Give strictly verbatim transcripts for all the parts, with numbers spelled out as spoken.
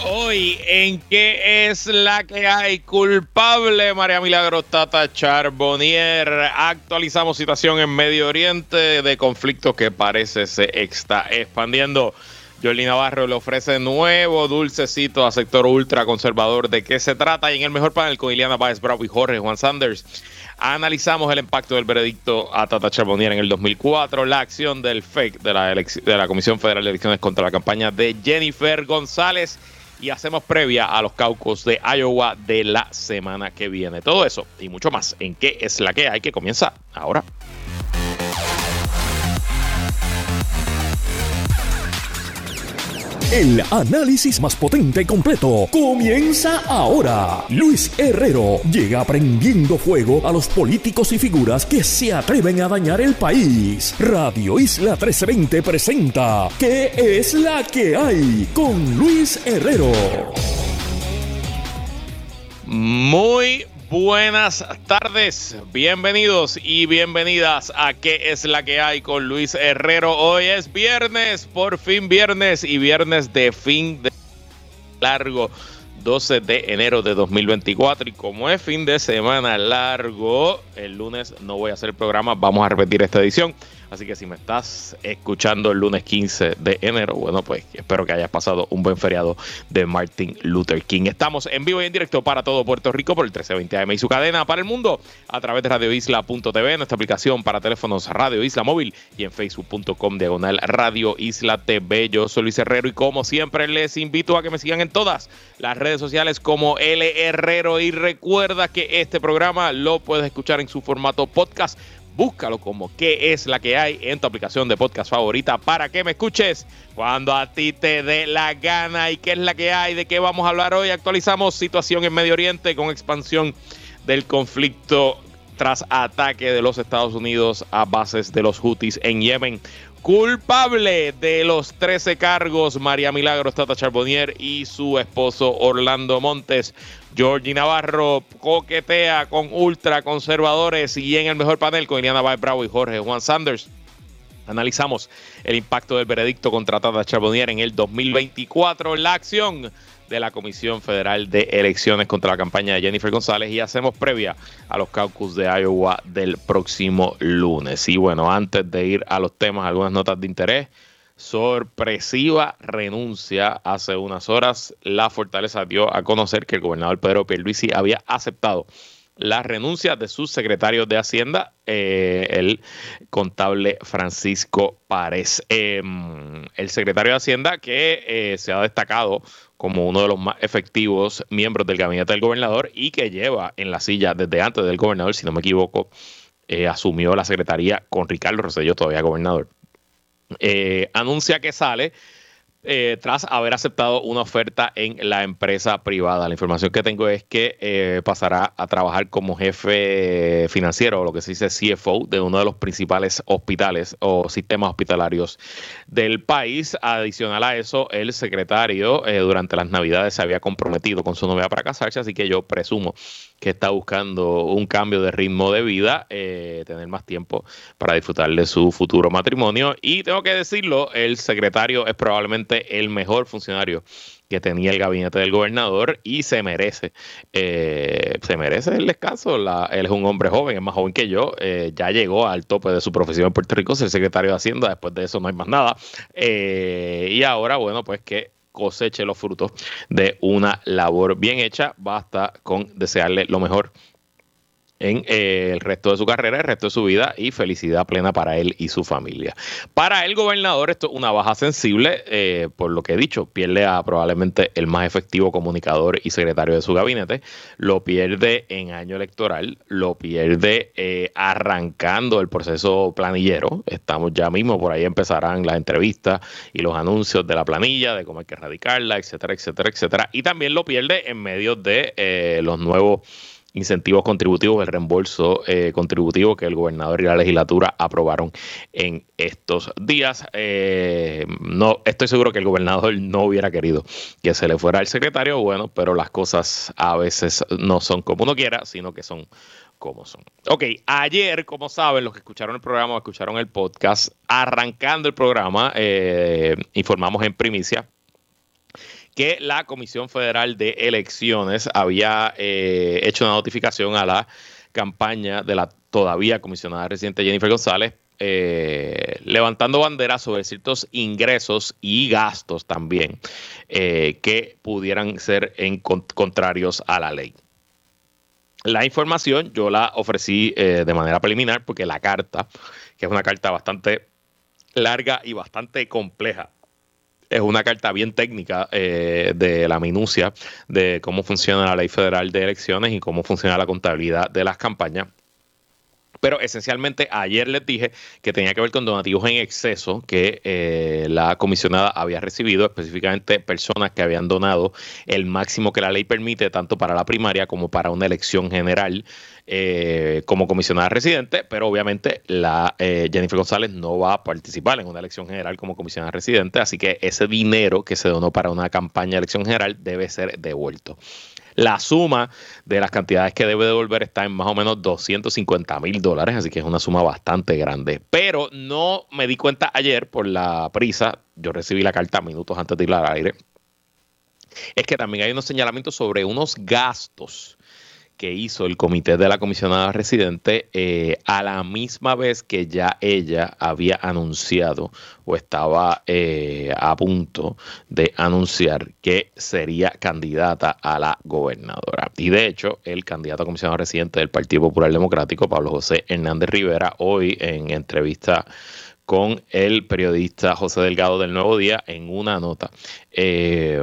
Hoy, ¿en qué es la que hay? Culpable María Milagros Tata Charbonnier. Actualizamos situación en Medio Oriente de conflictos que parece se está expandiendo. Jordi Navarro le ofrece nuevo dulcecito a sector ultraconservador. ¿De qué se trata? Y en el mejor panel con Ileana Báez Bravo y Jorge Juan Sanders, analizamos el impacto del veredicto a Tata Charbonnier en el dos mil cuatro, la acción del F E C, de la, de la Comisión Federal de Elecciones, contra la campaña de Jennifer González, y hacemos previa a los caucus de Iowa de la semana que viene. Todo eso y mucho más en qué es la que hay, que comienza ahora. El análisis más potente y completo comienza ahora. Luis Herrero llega prendiendo fuego a los políticos y figuras que se atreven a dañar el país. Radio Isla trece veinte presenta ¿Qué es la que hay? Con Luis Herrero. Muy buenas tardes, bienvenidos y bienvenidas a ¿Qué es la que hay? Con Luis Herrero. Hoy es viernes, por fin viernes, y viernes de fin de largo, doce de enero de dos mil veinticuatro, y como es fin de semana largo, el lunes no voy a hacer el programa, vamos a repetir esta edición. Así que si me estás escuchando el lunes quince de enero, bueno, pues espero que hayas pasado un buen feriado de Martin Luther King. Estamos en vivo y en directo para todo Puerto Rico por el trece veinte A M y su cadena para el mundo a través de radio isla punto t v, nuestra aplicación para teléfonos Radio Isla Móvil, y en facebook punto com diagonal Radio Isla T V. Yo soy Luis Herrero y como siempre les invito a que me sigan en todas las redes sociales como L Herrero, y recuerda que este programa lo puedes escuchar en su formato podcast. Búscalo como ¿Qué es la que hay? En tu aplicación de podcast favorita para que me escuches cuando a ti te dé la gana. ¿Y qué es la que hay? ¿De qué vamos a hablar hoy? Actualizamos situación en Medio Oriente con expansión del conflicto tras ataque de los Estados Unidos a bases de los Houthis en Yemen. Culpable de los trece cargos, María Milagros Tata Charbonnier y su esposo Orlando Montes. Jordi Navarro coquetea con ultraconservadores, y en el mejor panel con Ileana Báez Bravo y Jorge Juan Sanders analizamos el impacto del veredicto contra Tata Charbonnier en el dos mil veinticuatro, la acción de la Comisión Federal de Elecciones contra la campaña de Jennifer González, y hacemos previa a los caucus de Iowa del próximo lunes. Y bueno, antes de ir a los temas, algunas notas de interés. Sorpresiva renuncia. Hace unas horas la Fortaleza dio a conocer que el gobernador Pedro Pierluisi había aceptado la renuncia de su secretario de Hacienda, eh, el contable Francisco Párez. Eh, el secretario de Hacienda que eh, se ha destacado como uno de los más efectivos miembros del gabinete del gobernador, y que lleva en la silla desde antes del gobernador, si no me equivoco, eh, asumió la secretaría con Ricardo Rosselló, todavía gobernador. Eh, anuncia que sale eh, tras haber aceptado una oferta en la empresa privada. La información que tengo es que eh, pasará a trabajar como jefe financiero, o lo que se dice C F O, de uno de los principales hospitales o sistemas hospitalarios del país. Adicional a eso, el secretario eh, durante las Navidades se había comprometido con su novia para casarse, así que yo presumo que está buscando un cambio de ritmo de vida, eh, tener más tiempo para disfrutar de su futuro matrimonio. Y tengo que decirlo, el secretario es probablemente el mejor funcionario que tenía el gabinete del gobernador, y se merece, eh, se merece el descanso. La, él es un hombre joven, es más joven que yo, eh, ya llegó al tope de su profesión en Puerto Rico, ser secretario de Hacienda. Después de eso no hay más nada. Eh, y ahora, bueno, pues que coseche los frutos de una labor bien hecha. Basta con desearle lo mejor en eh, el resto de su carrera, el resto de su vida, y felicidad plena para él y su familia. Para el gobernador esto es una baja sensible, eh, por lo que he dicho, pierde a probablemente el más efectivo comunicador y secretario de su gabinete, lo pierde en año electoral, lo pierde eh, arrancando el proceso planillero. Estamos ya mismo, por ahí empezarán las entrevistas y los anuncios de la planilla, de cómo hay que erradicarla, etcétera, etcétera, etcétera, y también lo pierde en medio de eh, los nuevos incentivos contributivos, el reembolso eh, contributivo que el gobernador y la legislatura aprobaron en estos días. Eh, no estoy seguro que el gobernador no hubiera querido que se le fuera el secretario, bueno, pero las cosas a veces no son como uno quiera, sino que son como son. Ok, ayer, como saben, los que escucharon el programa o escucharon el podcast, arrancando el programa, eh, informamos en primicia que la Comisión Federal de Elecciones había eh, hecho una notificación a la campaña de la todavía comisionada residente Jennifer González, eh, levantando banderas sobre ciertos ingresos y gastos también eh, que pudieran ser en con, contrarios a la ley. La información yo la ofrecí eh, de manera preliminar porque la carta, que es una carta bastante larga y bastante compleja, es una carta bien técnica eh, de la minucia de cómo funciona la ley federal de elecciones y cómo funciona la contabilidad de las campañas. Pero esencialmente ayer les dije que tenía que ver con donativos en exceso que eh, la comisionada había recibido, específicamente personas que habían donado el máximo que la ley permite, tanto para la primaria como para una elección general eh, como comisionada residente, pero obviamente la eh, Jennifer González no va a participar en una elección general como comisionada residente, así que ese dinero que se donó para una campaña de elección general debe ser devuelto. La suma de las cantidades que debe devolver está en más o menos doscientos cincuenta mil dólares, así que es una suma bastante grande. Pero no me di cuenta ayer por la prisa, yo recibí la carta minutos antes de ir al aire, es que también hay unos señalamientos sobre unos gastos que hizo el comité de la comisionada residente eh, a la misma vez que ya ella había anunciado o estaba eh, a punto de anunciar que sería candidata a la gobernadora. Y de hecho, el candidato a comisionado residente del Partido Popular Democrático, Pablo José Hernández Rivera, hoy en entrevista con el periodista José Delgado del Nuevo Día, en una nota eh,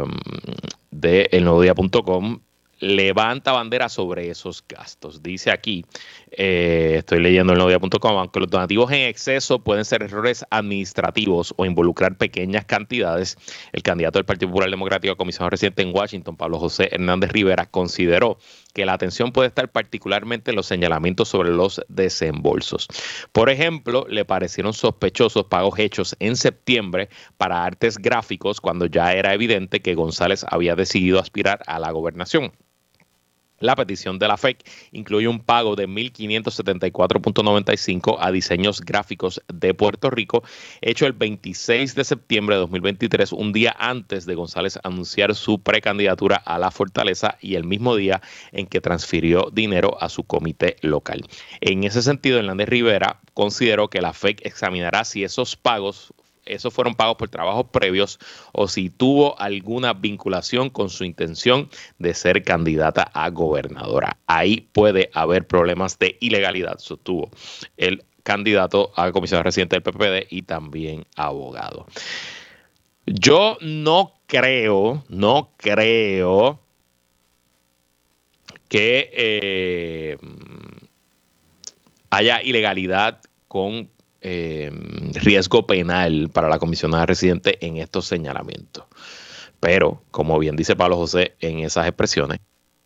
de el nuevo día punto com, levanta bandera sobre esos gastos. Dice aquí, eh, estoy leyendo el nuevo día punto com, aunque los donativos en exceso pueden ser errores administrativos o involucrar pequeñas cantidades, el candidato del Partido Popular Democrático a comisionado residente en Washington, Pablo José Hernández Rivera, consideró que la atención puede estar particularmente en los señalamientos sobre los desembolsos. Por ejemplo, le parecieron sospechosos pagos hechos en septiembre para artes gráficos cuando ya era evidente que González había decidido aspirar a la gobernación. La petición de la F E C incluye un pago de mil quinientos setenta y cuatro punto noventa y cinco a diseños gráficos de Puerto Rico, hecho el veintiséis de septiembre de dos mil veintitrés, un día antes de González anunciar su precandidatura a la Fortaleza y el mismo día en que transfirió dinero a su comité local. En ese sentido, Hernández Rivera consideró que la F E C examinará si esos pagos esos fueron pagos por trabajos previos o si tuvo alguna vinculación con su intención de ser candidata a gobernadora. Ahí puede haber problemas de ilegalidad, sostuvo el candidato a comisionado residente del P P D y también abogado. Yo no creo, no creo que eh, haya ilegalidad con Eh, riesgo penal para la comisionada residente en estos señalamientos. Pero, como bien dice Pablo José en esas expresiones,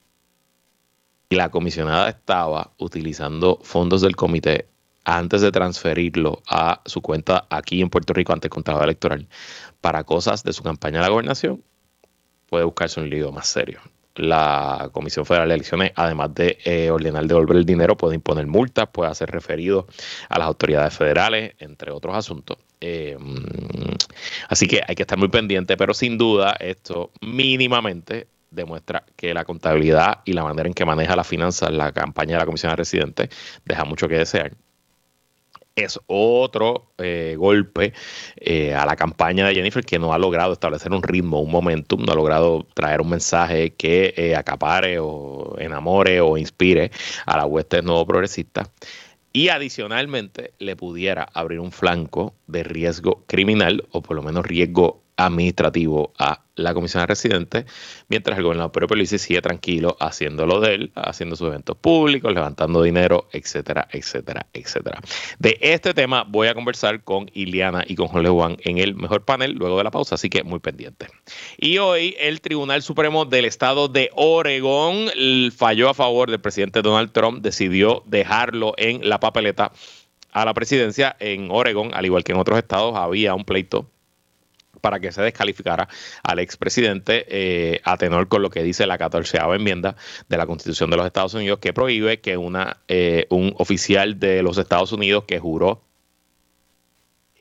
la comisionada estaba utilizando fondos del comité antes de transferirlo a su cuenta aquí en Puerto Rico ante el contrato electoral para cosas de su campaña a la gobernación, puede buscarse un lío más serio. La Comisión Federal de Elecciones, además de eh, ordenar devolver el dinero, puede imponer multas, puede hacer referido a las autoridades federales, entre otros asuntos. Eh, así que hay que estar muy pendiente, pero sin duda esto mínimamente demuestra que la contabilidad y la manera en que maneja las finanzas la campaña de la Comisión Residente deja mucho que desear. Es otro eh, golpe eh, a la campaña de Jennifer, que no ha logrado establecer un ritmo, un momentum, no ha logrado traer un mensaje que eh, acapare o enamore o inspire a la hueste nuevo progresista. Y adicionalmente le pudiera abrir un flanco de riesgo criminal o por lo menos riesgo administrativo a la comisionada residente, mientras el gobernador Pedro Pierluisi sigue tranquilo haciendo lo de él, haciendo sus eventos públicos, levantando dinero, etcétera, etcétera, etcétera. De este tema voy a conversar con Iliana y con Jorge Juan en el mejor panel luego de la pausa, así que muy pendiente. Y hoy el Tribunal Supremo del Estado de Oregón falló a favor del presidente Donald Trump, decidió dejarlo en la papeleta a la presidencia. En Oregón, al igual que en otros estados, había un pleito para que se descalificara al expresidente eh, a tenor con lo que dice la catorceava enmienda de la Constitución de los Estados Unidos, que prohíbe que una, eh, un oficial de los Estados Unidos que juró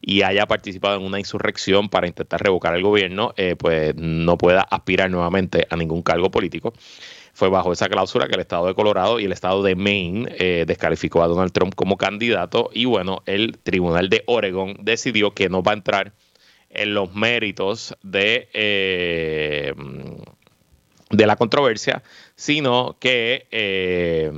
y haya participado en una insurrección para intentar revocar el gobierno, eh, pues no pueda aspirar nuevamente a ningún cargo político. Fue bajo esa cláusula que el estado de Colorado y el estado de Maine eh, descalificó a Donald Trump como candidato, y bueno, el tribunal de Oregon decidió que no va a entrar en los méritos de, eh, de la controversia, sino que eh,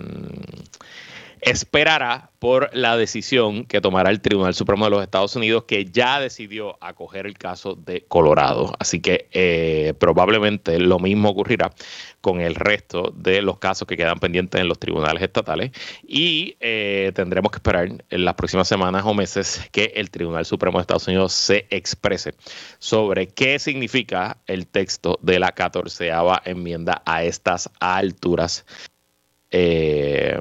esperará por la decisión que tomará el Tribunal Supremo de los Estados Unidos, que ya decidió acoger el caso de Colorado. Así que eh, probablemente lo mismo ocurrirá con el resto de los casos que quedan pendientes en los tribunales estatales, y eh, tendremos que esperar en las próximas semanas o meses que el Tribunal Supremo de Estados Unidos se exprese sobre qué significa el texto de la catorceava enmienda a estas alturas eh,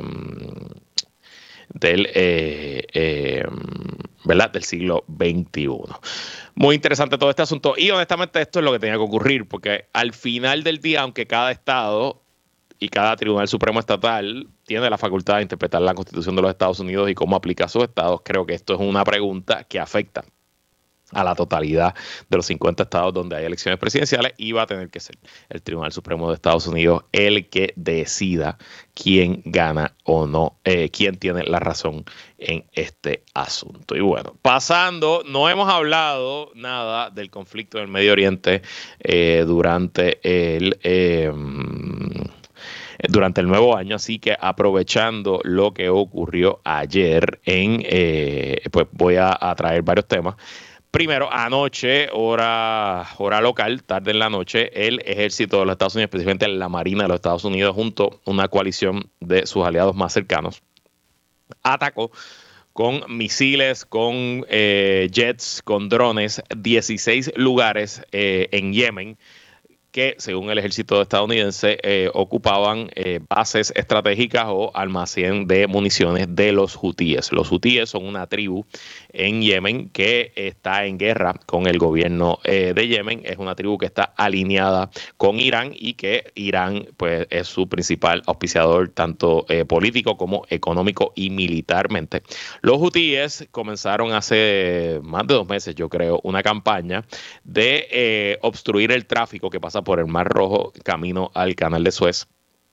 del, eh, eh, ¿verdad? del siglo veintiuno. Muy interesante todo este asunto, y honestamente esto es lo que tenía que ocurrir, porque al final del día, aunque cada estado y cada Tribunal Supremo Estatal tiene la facultad de interpretar la Constitución de los Estados Unidos y cómo aplica a sus estados, creo que esto es una pregunta que afecta a la totalidad de los cincuenta estados donde hay elecciones presidenciales, y va a tener que ser el Tribunal Supremo de Estados Unidos el que decida quién gana o no, eh, quién tiene la razón en este asunto. Y bueno, pasando, no hemos hablado nada del conflicto en el Medio Oriente eh, durante el... Eh, durante el nuevo año, así que aprovechando lo que ocurrió ayer, en eh, pues voy a, a traer varios temas. Primero, anoche, hora, hora local, tarde en la noche, el ejército de los Estados Unidos, específicamente la Marina de los Estados Unidos, junto a una coalición de sus aliados más cercanos, atacó con misiles, con eh, jets, con drones, dieciséis lugares eh, en Yemen, que según el ejército estadounidense eh, ocupaban eh, bases estratégicas o almacén de municiones de los hutíes. Los hutíes son una tribu en Yemen que está en guerra con el gobierno eh, de Yemen. Es una tribu que está alineada con Irán, y que Irán pues es su principal auspiciador, tanto eh, político como económico y militarmente. Los hutíes comenzaron hace más de dos meses, yo creo, una campaña de eh, obstruir el tráfico que pasa por el Mar Rojo camino al Canal de Suez,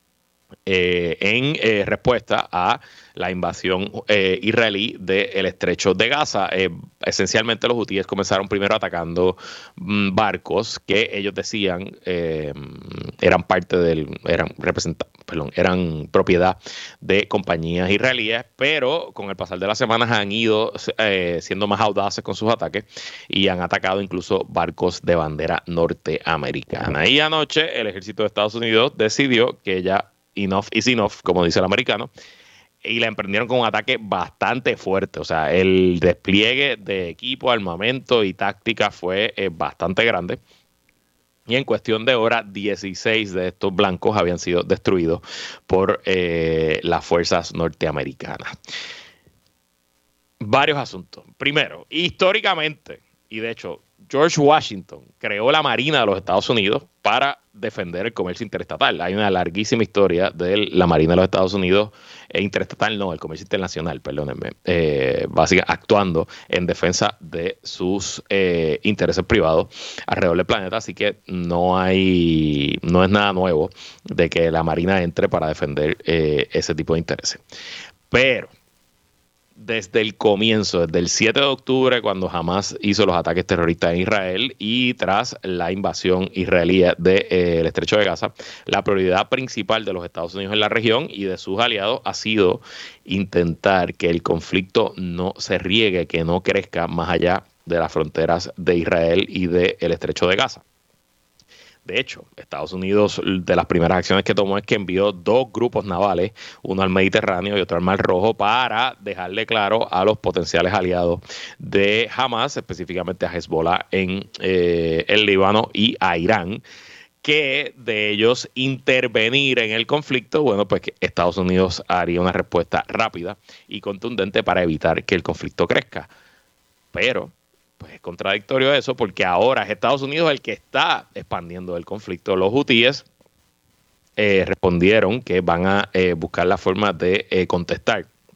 eh, en eh, respuesta a la invasión eh, israelí del Estrecho de Gaza. Eh, esencialmente los hutíes comenzaron primero atacando mm, barcos que ellos decían eh, eran parte del, eran representa, perdón, eran propiedad de compañías israelíes, pero con el pasar de las semanas han ido eh, siendo más audaces con sus ataques y han atacado incluso barcos de bandera norteamericana. Y anoche el ejército de Estados Unidos decidió que ya enough is enough, como dice el americano, y la emprendieron con un ataque bastante fuerte. O sea, el despliegue de equipo, armamento y táctica fue eh, bastante grande. Y en cuestión de horas, dieciséis de estos blancos habían sido destruidos por eh, las fuerzas norteamericanas. Varios asuntos. Primero, históricamente, y de hecho, George Washington creó la Marina de los Estados Unidos para defender el comercio interestatal. Hay una larguísima historia de la Marina de los Estados Unidos, e interestatal no, el comercio internacional, perdónenme, eh, básicamente actuando en defensa de sus eh, intereses privados alrededor del planeta. Así que no hay, no es nada nuevo de que la Marina entre para defender eh, ese tipo de intereses. Pero desde el comienzo, desde el siete de octubre, cuando Hamás hizo los ataques terroristas en Israel, y tras la invasión israelí del eh, Estrecho de Gaza, la prioridad principal de los Estados Unidos en la región y de sus aliados ha sido intentar que el conflicto no se riegue, que no crezca más allá de las fronteras de Israel y del Estrecho de Gaza. De hecho, Estados Unidos, de las primeras acciones que tomó es que envió dos grupos navales, uno al Mediterráneo y otro al Mar Rojo, para dejarle claro a los potenciales aliados de Hamás, específicamente a Hezbollah en eh, el Líbano y a Irán, que de ellos intervenir en el conflicto, bueno, pues que Estados Unidos haría una respuesta rápida y contundente para evitar que el conflicto crezca. Pero pues es contradictorio eso, porque ahora es Estados Unidos el que está expandiendo el conflicto. Los hutíes eh, respondieron que van a eh, buscar la forma de eh, contestar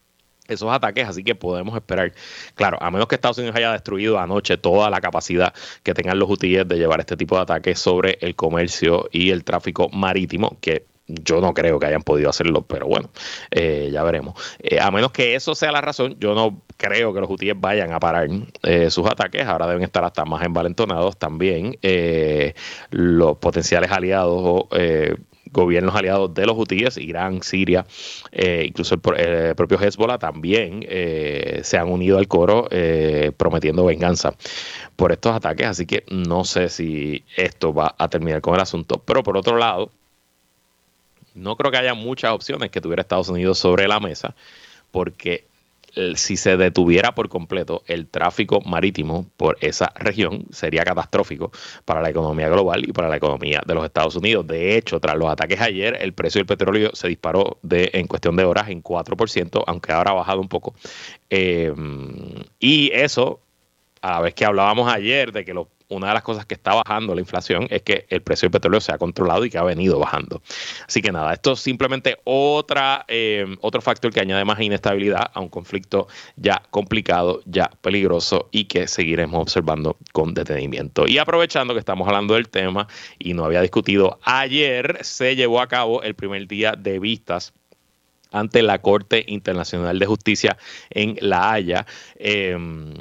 esos ataques, así que podemos esperar, claro, a menos que Estados Unidos haya destruido anoche toda la capacidad que tengan los hutíes de llevar este tipo de ataques sobre el comercio y el tráfico marítimo, que yo no creo que hayan podido hacerlo, pero bueno, eh, ya veremos. Eh, a menos que eso sea la razón, yo no creo que los hutíes vayan a parar eh, sus ataques. Ahora deben estar hasta más envalentonados también. Eh, los potenciales aliados o eh, gobiernos aliados de los hutíes, Irán, Siria, eh, incluso el, el propio Hezbollah también eh, se han unido al coro eh, prometiendo venganza por estos ataques. Así que no sé si esto va a terminar con el asunto. Pero por otro lado, no creo que haya muchas opciones que tuviera Estados Unidos sobre la mesa, porque si se detuviera por completo el tráfico marítimo por esa región, sería catastrófico para la economía global y para la economía de los Estados Unidos. De hecho, tras los ataques ayer, el precio del petróleo se disparó de, en cuestión de horas en cuatro por ciento, aunque ahora ha bajado un poco. Eh, y eso, a la vez que hablábamos ayer de que los una de las cosas que está bajando la inflación es que el precio del petróleo se ha controlado y que ha venido bajando. Así que nada, esto es simplemente otra, eh, otro factor que añade más inestabilidad a un conflicto ya complicado, ya peligroso y que seguiremos observando con detenimiento. Y aprovechando que estamos hablando del tema y no había discutido, ayer se llevó a cabo el primer día de vistas ante la Corte Internacional de Justicia en La Haya, eh,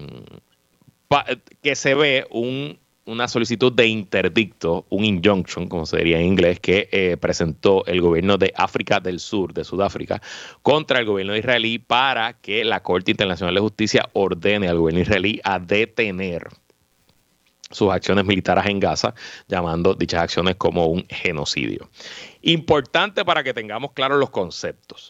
que se ve un, una solicitud de interdicto, un injunction, como se diría en inglés, que eh, presentó el gobierno de África del Sur, de Sudáfrica, contra el gobierno israelí para que la Corte Internacional de Justicia ordene al gobierno israelí a detener sus acciones militares en Gaza, llamando dichas acciones como un genocidio. Importante para que tengamos claros los conceptos.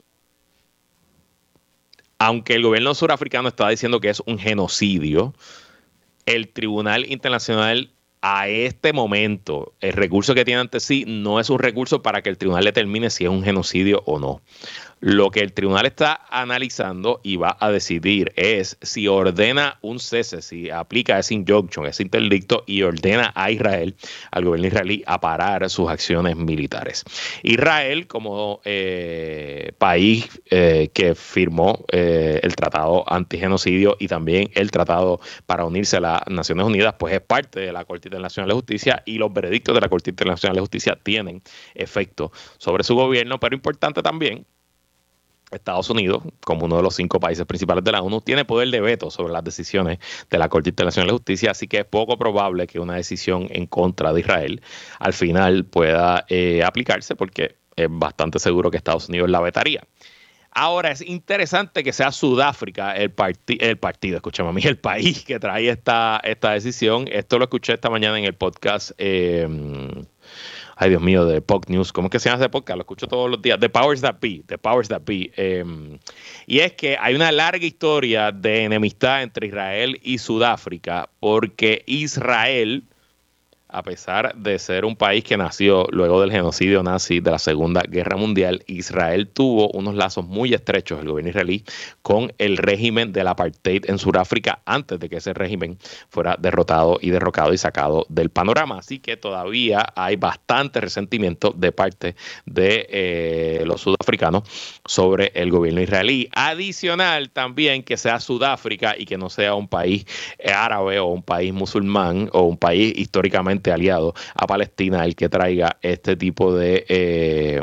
Aunque el gobierno surafricano está diciendo que es un genocidio, el Tribunal Internacional a este momento, el recurso que tiene ante sí no es un recurso para que el tribunal determine si es un genocidio o no. Lo que el tribunal está analizando y va a decidir es si ordena un cese, si aplica ese injunction, ese interdicto y ordena a Israel, al gobierno israelí, a parar sus acciones militares. Israel, como eh, país eh, que firmó eh, el tratado antigenocidio y también el tratado para unirse a las Naciones Unidas, pues es parte de la Corte Internacional de Justicia y los veredictos de la Corte Internacional de Justicia tienen efecto sobre su gobierno, pero importante también, Estados Unidos, como uno de los cinco países principales de la ONU, tiene poder de veto sobre las decisiones de la Corte Internacional de Justicia, así que es poco probable que una decisión en contra de Israel al final pueda eh, aplicarse, porque es bastante seguro que Estados Unidos la vetaría. Ahora, es interesante que sea Sudáfrica el, parti el partido, escúchame a mí, el país que trae esta, esta decisión. Esto lo escuché esta mañana en el podcast... Eh, Ay, Dios mío, de P O C News. ¿Cómo es que se llama ese podcast? Lo escucho todos los días. The Powers That Be. The Powers That Be. Eh, y es que hay una larga historia de enemistad entre Israel y Sudáfrica, porque Israel, a pesar de ser un país que nació luego del genocidio nazi de la Segunda Guerra Mundial, Israel tuvo unos lazos muy estrechos, el gobierno israelí, con el régimen del apartheid en Sudáfrica antes de que ese régimen fuera derrotado y derrocado y sacado del panorama. Así que todavía hay bastante resentimiento de parte de eh, los sudafricanos sobre el gobierno israelí. Adicional también que sea Sudáfrica y que no sea un país árabe o un país musulmán o un país históricamente aliado a Palestina el que traiga este tipo de eh,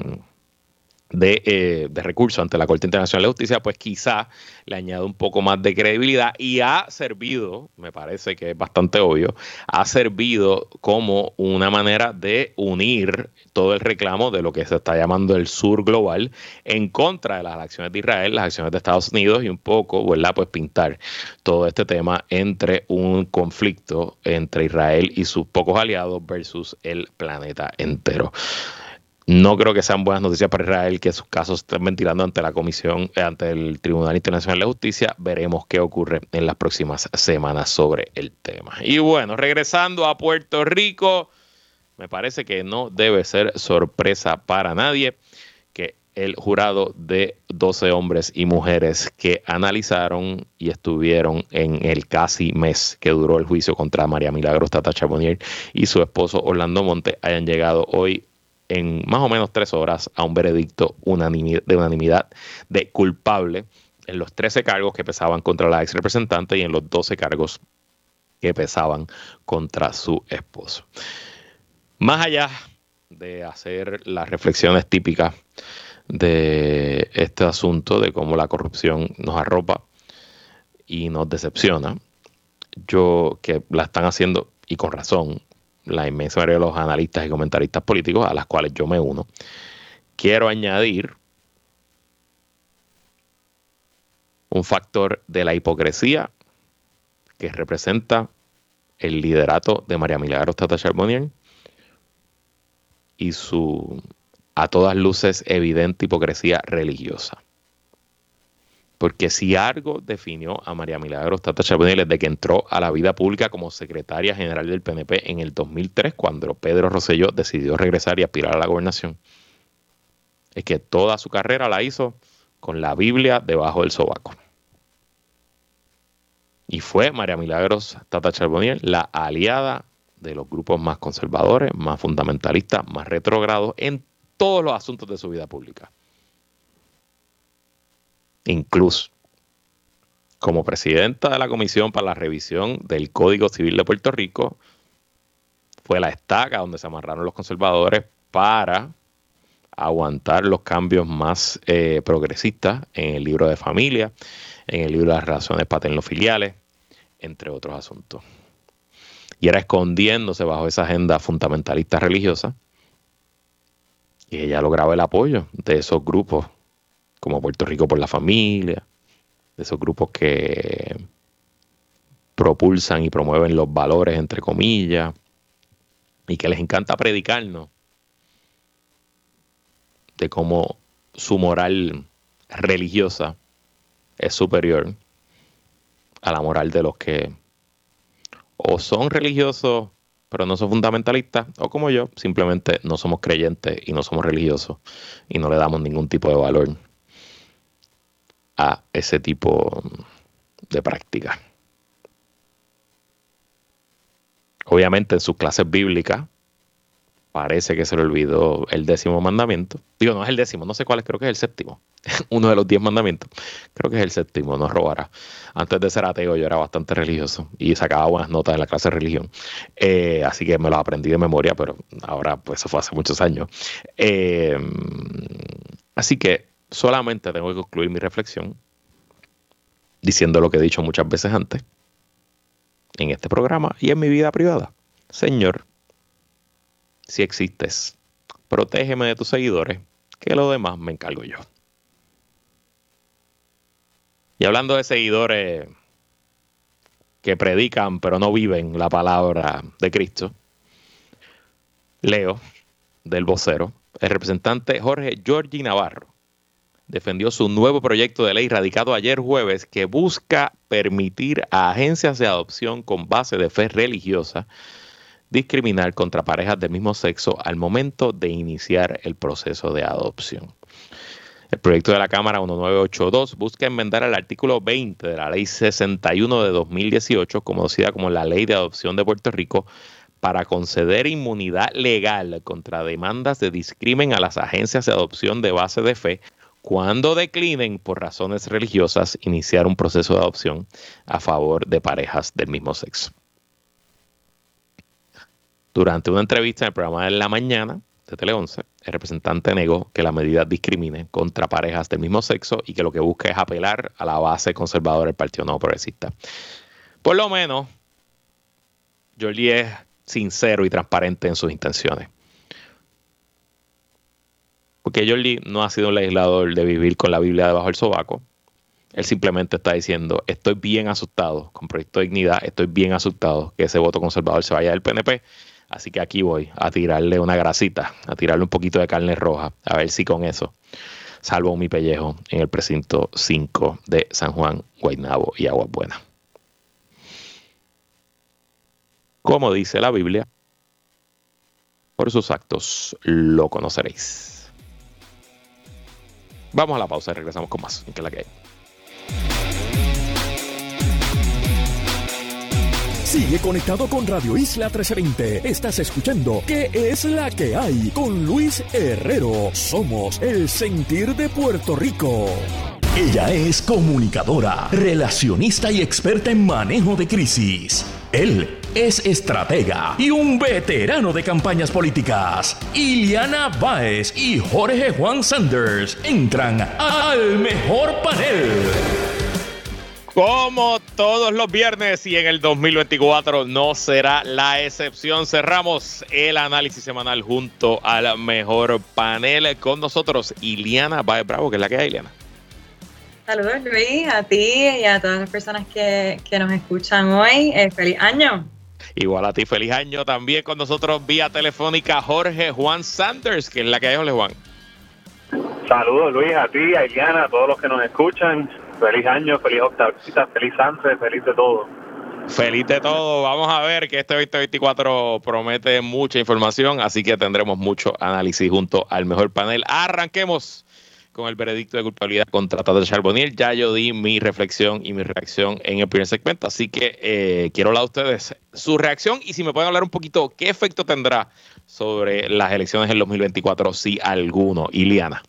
de, eh, de recursos ante la Corte Internacional de Justicia, pues quizá le añade un poco más de credibilidad y ha servido, me parece que es bastante obvio, ha servido como una manera de unir todo el reclamo de lo que se está llamando el sur global en contra de las acciones de Israel, las acciones de Estados Unidos y un poco, ¿verdad? Pues pintar todo este tema entre un conflicto entre Israel y sus pocos aliados versus el planeta entero. No creo que sean buenas noticias para Israel que sus casos estén ventilando ante la Comisión, ante el Tribunal Internacional de Justicia. Veremos qué ocurre en las próximas semanas sobre el tema. Y bueno, regresando a Puerto Rico, me parece que no debe ser sorpresa para nadie que el jurado de doce hombres y mujeres que analizaron y estuvieron en el casi mes que duró el juicio contra María Milagros Tata Charbonnier y su esposo Orlando Monte hayan llegado hoy en más o menos tres horas a un veredicto unanimidad, de unanimidad de culpable en los trece cargos que pesaban contra la ex representante y en los doce cargos que pesaban contra su esposo. Más allá de hacer las reflexiones típicas de este asunto, de cómo la corrupción nos arropa y nos decepciona, yo que la están haciendo, y con razón, la inmensa mayoría de los analistas y comentaristas políticos, a las cuales yo me uno, quiero añadir un factor de la hipocresía que representa el liderato de María Milagros Tata Charbonnier y su, a todas luces, evidente hipocresía religiosa. Porque si algo definió a María Milagros Tata Charbonnier desde que entró a la vida pública como secretaria general del P N P en el dos mil tres, cuando Pedro Rosselló decidió regresar y aspirar a la gobernación, es que toda su carrera la hizo con la Biblia debajo del sobaco. Y fue María Milagros Tata Charbonnier la aliada de los grupos más conservadores, más fundamentalistas, más retrógrados en todos los asuntos de su vida pública. Incluso como presidenta de la Comisión para la Revisión del Código Civil de Puerto Rico, fue la estaca donde se amarraron los conservadores para aguantar los cambios más eh, progresistas en el libro de familia, en el libro de las relaciones paterno-filiales, entre otros asuntos. Y era escondiéndose bajo esa agenda fundamentalista religiosa y ella lograba el apoyo de esos grupos como Puerto Rico por la Familia, de esos grupos que propulsan y promueven los valores, entre comillas, y que les encanta predicarnos de cómo su moral religiosa es superior a la moral de los que o son religiosos pero no son fundamentalistas, o como yo, simplemente no somos creyentes y no somos religiosos y no le damos ningún tipo de valor a ese tipo de práctica. Obviamente en sus clases bíblicas parece que se le olvidó el décimo mandamiento. Digo, no es el décimo, no sé cuál es, creo que es el séptimo. Uno de los diez mandamientos. Creo que es el séptimo, no robarás. Antes de ser ateo yo era bastante religioso y sacaba buenas notas en la clase de religión. Eh, así que me los aprendí de memoria, pero ahora pues eso fue hace muchos años. Eh, así que solamente tengo que concluir mi reflexión diciendo lo que he dicho muchas veces antes en este programa y en mi vida privada. Señor, si existes, protégeme de tus seguidores, que lo demás me encargo yo. Y hablando de seguidores que predican pero no viven la palabra de Cristo, leo del vocero, el representante Jorge Giorgi Navarro defendió su nuevo proyecto de ley radicado ayer jueves que busca permitir a agencias de adopción con base de fe religiosa discriminar contra parejas del mismo sexo al momento de iniciar el proceso de adopción. El proyecto de la Cámara diecinueve ochenta y dos busca enmendar el artículo veinte de la Ley sesenta y uno de dos mil dieciocho, conocida como la Ley de Adopción de Puerto Rico, para conceder inmunidad legal contra demandas de discrimen a las agencias de adopción de base de fe cuando declinen por razones religiosas iniciar un proceso de adopción a favor de parejas del mismo sexo. Durante una entrevista en el programa de La Mañana de Tele once, el representante negó que la medida discrimine contra parejas del mismo sexo y que lo que busca es apelar a la base conservadora del Partido Nuevo Progresista. Por lo menos, Giorgi es sincero y transparente en sus intenciones. Porque Giorgi no ha sido un legislador de vivir con la Biblia debajo del sobaco. Él simplemente está diciendo, estoy bien asustado con Proyecto de Dignidad, estoy bien asustado que ese voto conservador se vaya del P N P, así que aquí voy a tirarle una grasita, a tirarle un poquito de carne roja, a ver si con eso salvo mi pellejo en el precinto cinco de San Juan, Guaynabo y Aguas Buenas. Como dice la Biblia, por sus actos lo conoceréis. Vamos a la pausa y regresamos con más, que es la que hay. Sigue conectado con Radio Isla trescientos veinte. Estás escuchando ¿Qué es la que hay? Con Luis Herrero. Somos el sentir de Puerto Rico. Ella es comunicadora, relacionista y experta en manejo de crisis. Él es estratega y un veterano de campañas políticas. Iliana Báez y Jorge Juan Sanders entran al mejor panel. Como todos los viernes y en el dos mil veinticuatro no será la excepción, cerramos el análisis semanal junto al mejor panel. Con nosotros Iliana Báez Bravo, que es la que hay, Iliana. Saludos, Luis, a ti y a todas las personas que, que nos escuchan hoy. Eh, ¡Feliz año! Igual a ti, feliz año. También con nosotros vía telefónica Jorge Juan Sanders, que es la que hay, Jorge Juan. Saludos, Luis, a ti, a Iliana, a todos los que nos escuchan. Feliz año, feliz octavita, feliz Sanse, feliz de todo. Feliz de todo. Vamos a ver que este veinte veinticuatro promete mucha información, así que tendremos mucho análisis junto al mejor panel. Arranquemos con el veredicto de culpabilidad contra Tata Charbonnier. Ya yo di mi reflexión y mi reacción en el primer segmento, así que eh, quiero hablar a ustedes su reacción y si me pueden hablar un poquito qué efecto tendrá sobre las elecciones del dos mil veinticuatro, si alguno. Iliana.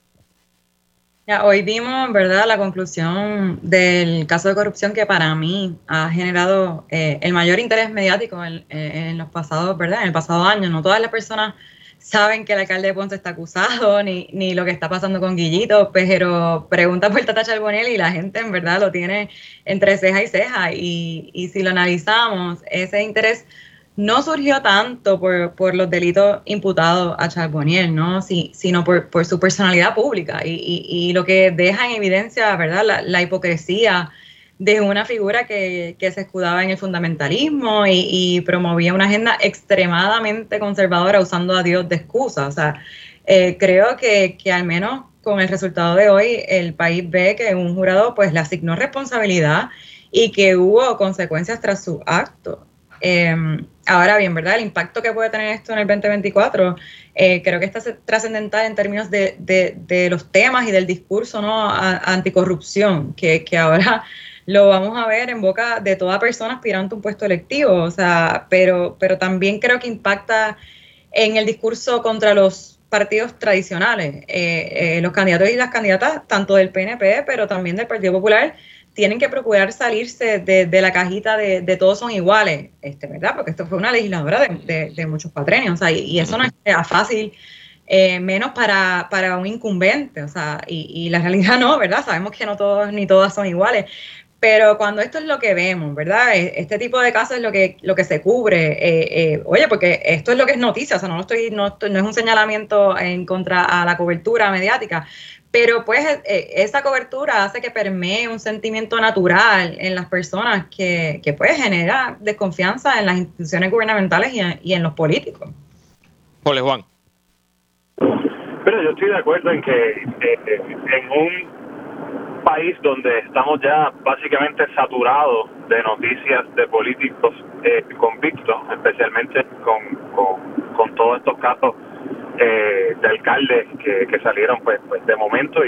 Ya, hoy vimos, ¿verdad?, la conclusión del caso de corrupción que para mí ha generado eh, el mayor interés mediático en, en los pasados, ¿verdad?, en el pasado año. No todas las personas saben que el alcalde de Ponce está acusado, ni, ni lo que está pasando con Guillito, pero pregunta por Tata Charbonnier y la gente en verdad lo tiene entre ceja y ceja. Y, y si lo analizamos, ese interés no surgió tanto por, por los delitos imputados a Charbonnier, ¿no? Sí, sino por, por su personalidad pública y, y, y lo que deja en evidencia, ¿verdad?, la, la hipocresía de una figura que, que se escudaba en el fundamentalismo y, y promovía una agenda extremadamente conservadora usando a Dios de excusa. O sea, eh, creo que, que al menos con el resultado de hoy el país ve que un jurado pues le asignó responsabilidad y que hubo consecuencias tras su acto. Eh, ahora bien, ¿verdad? El impacto que puede tener esto en el veinte veinticuatro eh, creo que está trascendental en términos de, de, de los temas y del discurso, ¿no?, a, anticorrupción, que, que ahora lo vamos a ver en boca de toda persona aspirante a un puesto electivo, o sea, pero, pero también creo que impacta en el discurso contra los partidos tradicionales. Eh, eh, los candidatos y las candidatas, tanto del P N P, pero también del Partido Popular, tienen que procurar salirse de, de la cajita de, de todos son iguales, este, ¿verdad? Porque esto fue una legisladora de, de, de muchos cuatrenios, o sea, y, y eso no es fácil, eh, menos para, para un incumbente, o sea, y, y la realidad no, ¿verdad? Sabemos que no todos ni todas son iguales, pero cuando esto es lo que vemos, ¿verdad? Este tipo de casos es lo que, lo que se cubre, eh, eh, oye, porque esto es lo que es noticia, o sea, no, estoy, no, estoy, no es un señalamiento en contra a la cobertura mediática, pero pues eh, esa cobertura hace que permee un sentimiento natural en las personas que, que pues genera desconfianza en las instituciones gubernamentales y en, y en los políticos. Jorge Juan. Pero yo estoy de acuerdo en que eh, en un país donde estamos ya básicamente saturados de noticias de políticos eh, convictos, especialmente con, con, con todos estos casos eh, de alcaldes que, que salieron pues, pues de momento y,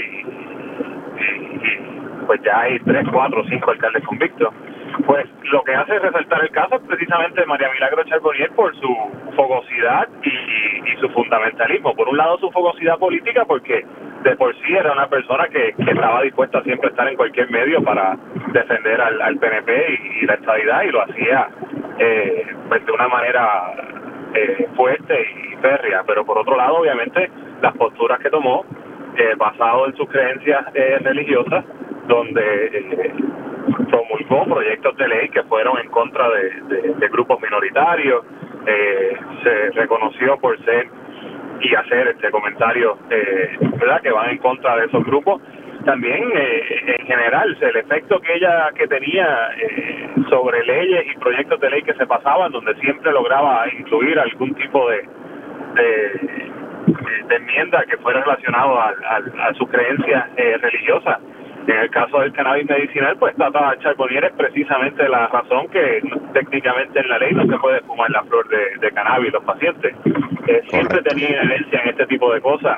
y, y pues ya hay tres, cuatro, cinco alcaldes convictos, pues lo que hace resaltar el caso es precisamente María Milagro Charbonnier por su fogosidad y, y, y su fundamentalismo. Por un lado su fogosidad política porque de por sí era una persona que, que estaba dispuesta a siempre estar en cualquier medio para defender al, al P N P y, y la estadidad, y lo hacía eh, pues de una manera eh, fuerte y férrea, pero por otro lado obviamente las posturas que tomó eh, basado en sus creencias eh, religiosas, donde eh, promulgó proyectos de ley que fueron en contra de, de, de grupos minoritarios, eh, se reconoció por ser y hacer este comentario, eh, ¿verdad?, que van en contra de esos grupos. También eh, en general el efecto que ella que tenía eh, sobre leyes y proyectos de ley que se pasaban, donde siempre lograba incluir algún tipo de de, de enmienda que fuera relacionado a, a, a sus creencias eh, religiosas. En el caso del cannabis medicinal, pues Tata Charbonnier es precisamente la razón que técnicamente en la ley no se puede fumar la flor de, de cannabis los pacientes. Eh, siempre tenía inherencia en este tipo de cosas.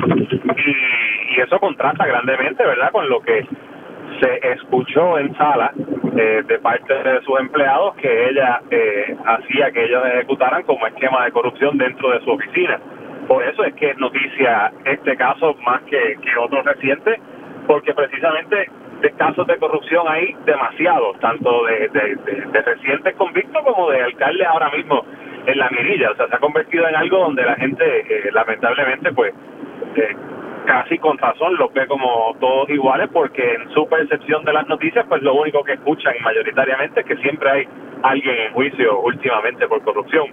Y, y eso contrasta grandemente, ¿verdad?, con lo que se escuchó en sala eh, de parte de sus empleados, que ella eh, hacía que ellos ejecutaran como esquema de corrupción dentro de su oficina. Por eso es que es noticia este caso más que, que otros recientes, porque precisamente de casos de corrupción hay demasiados, tanto de, de, de, de recientes convictos como de alcaldes ahora mismo en la mirilla. O sea, se ha convertido en algo donde la gente, eh, lamentablemente, pues, eh, casi con razón los ve como todos iguales, porque en su percepción de las noticias, pues lo único que escuchan mayoritariamente es que siempre hay alguien en juicio últimamente por corrupción.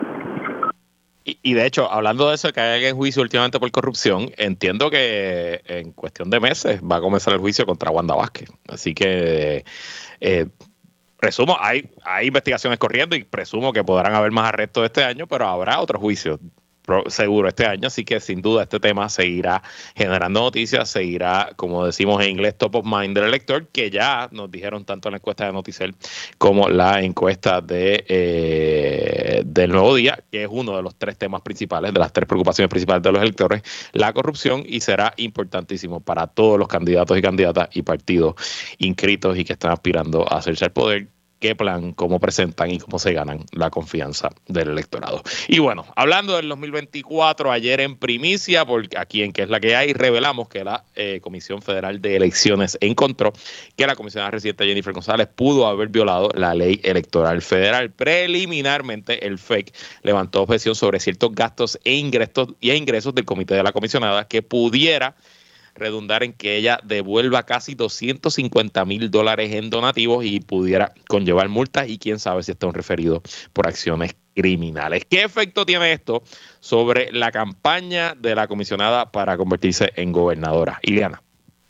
Y, y de hecho, hablando de eso, que hay alguien en juicio últimamente por corrupción, entiendo que en cuestión de meses va a comenzar el juicio contra Wanda Vázquez. Así que eh, presumo, hay, hay investigaciones corriendo y presumo que podrán haber más arrestos este año, pero habrá otros juicios seguro este año, así que sin duda este tema seguirá generando noticias, seguirá, como decimos en inglés, top of mind del elector, que ya nos dijeron tanto en la encuesta de Noticel como la encuesta de eh, del Nuevo Día, que es uno de los tres temas principales, de las tres preocupaciones principales de los electores, la corrupción, y será importantísimo para todos los candidatos y candidatas y partidos inscritos y que están aspirando a hacerse al poder, qué plan, cómo presentan y cómo se ganan la confianza del electorado. Y bueno, hablando del dos mil veinticuatro, ayer en primicia, porque aquí en Que es la que hay, revelamos que la eh, Comisión Federal de Elecciones encontró que la comisionada residente Jennifer González pudo haber violado la ley electoral federal. Preliminarmente, el F E C levantó objeción sobre ciertos gastos e ingresos, y ingresos del comité de la comisionada que pudiera redundar en que ella devuelva casi doscientos cincuenta mil dólares en donativos y pudiera conllevar multas, y quién sabe si está un referido por acciones criminales. ¿Qué efecto tiene esto sobre la campaña de la comisionada para convertirse en gobernadora? Ileana.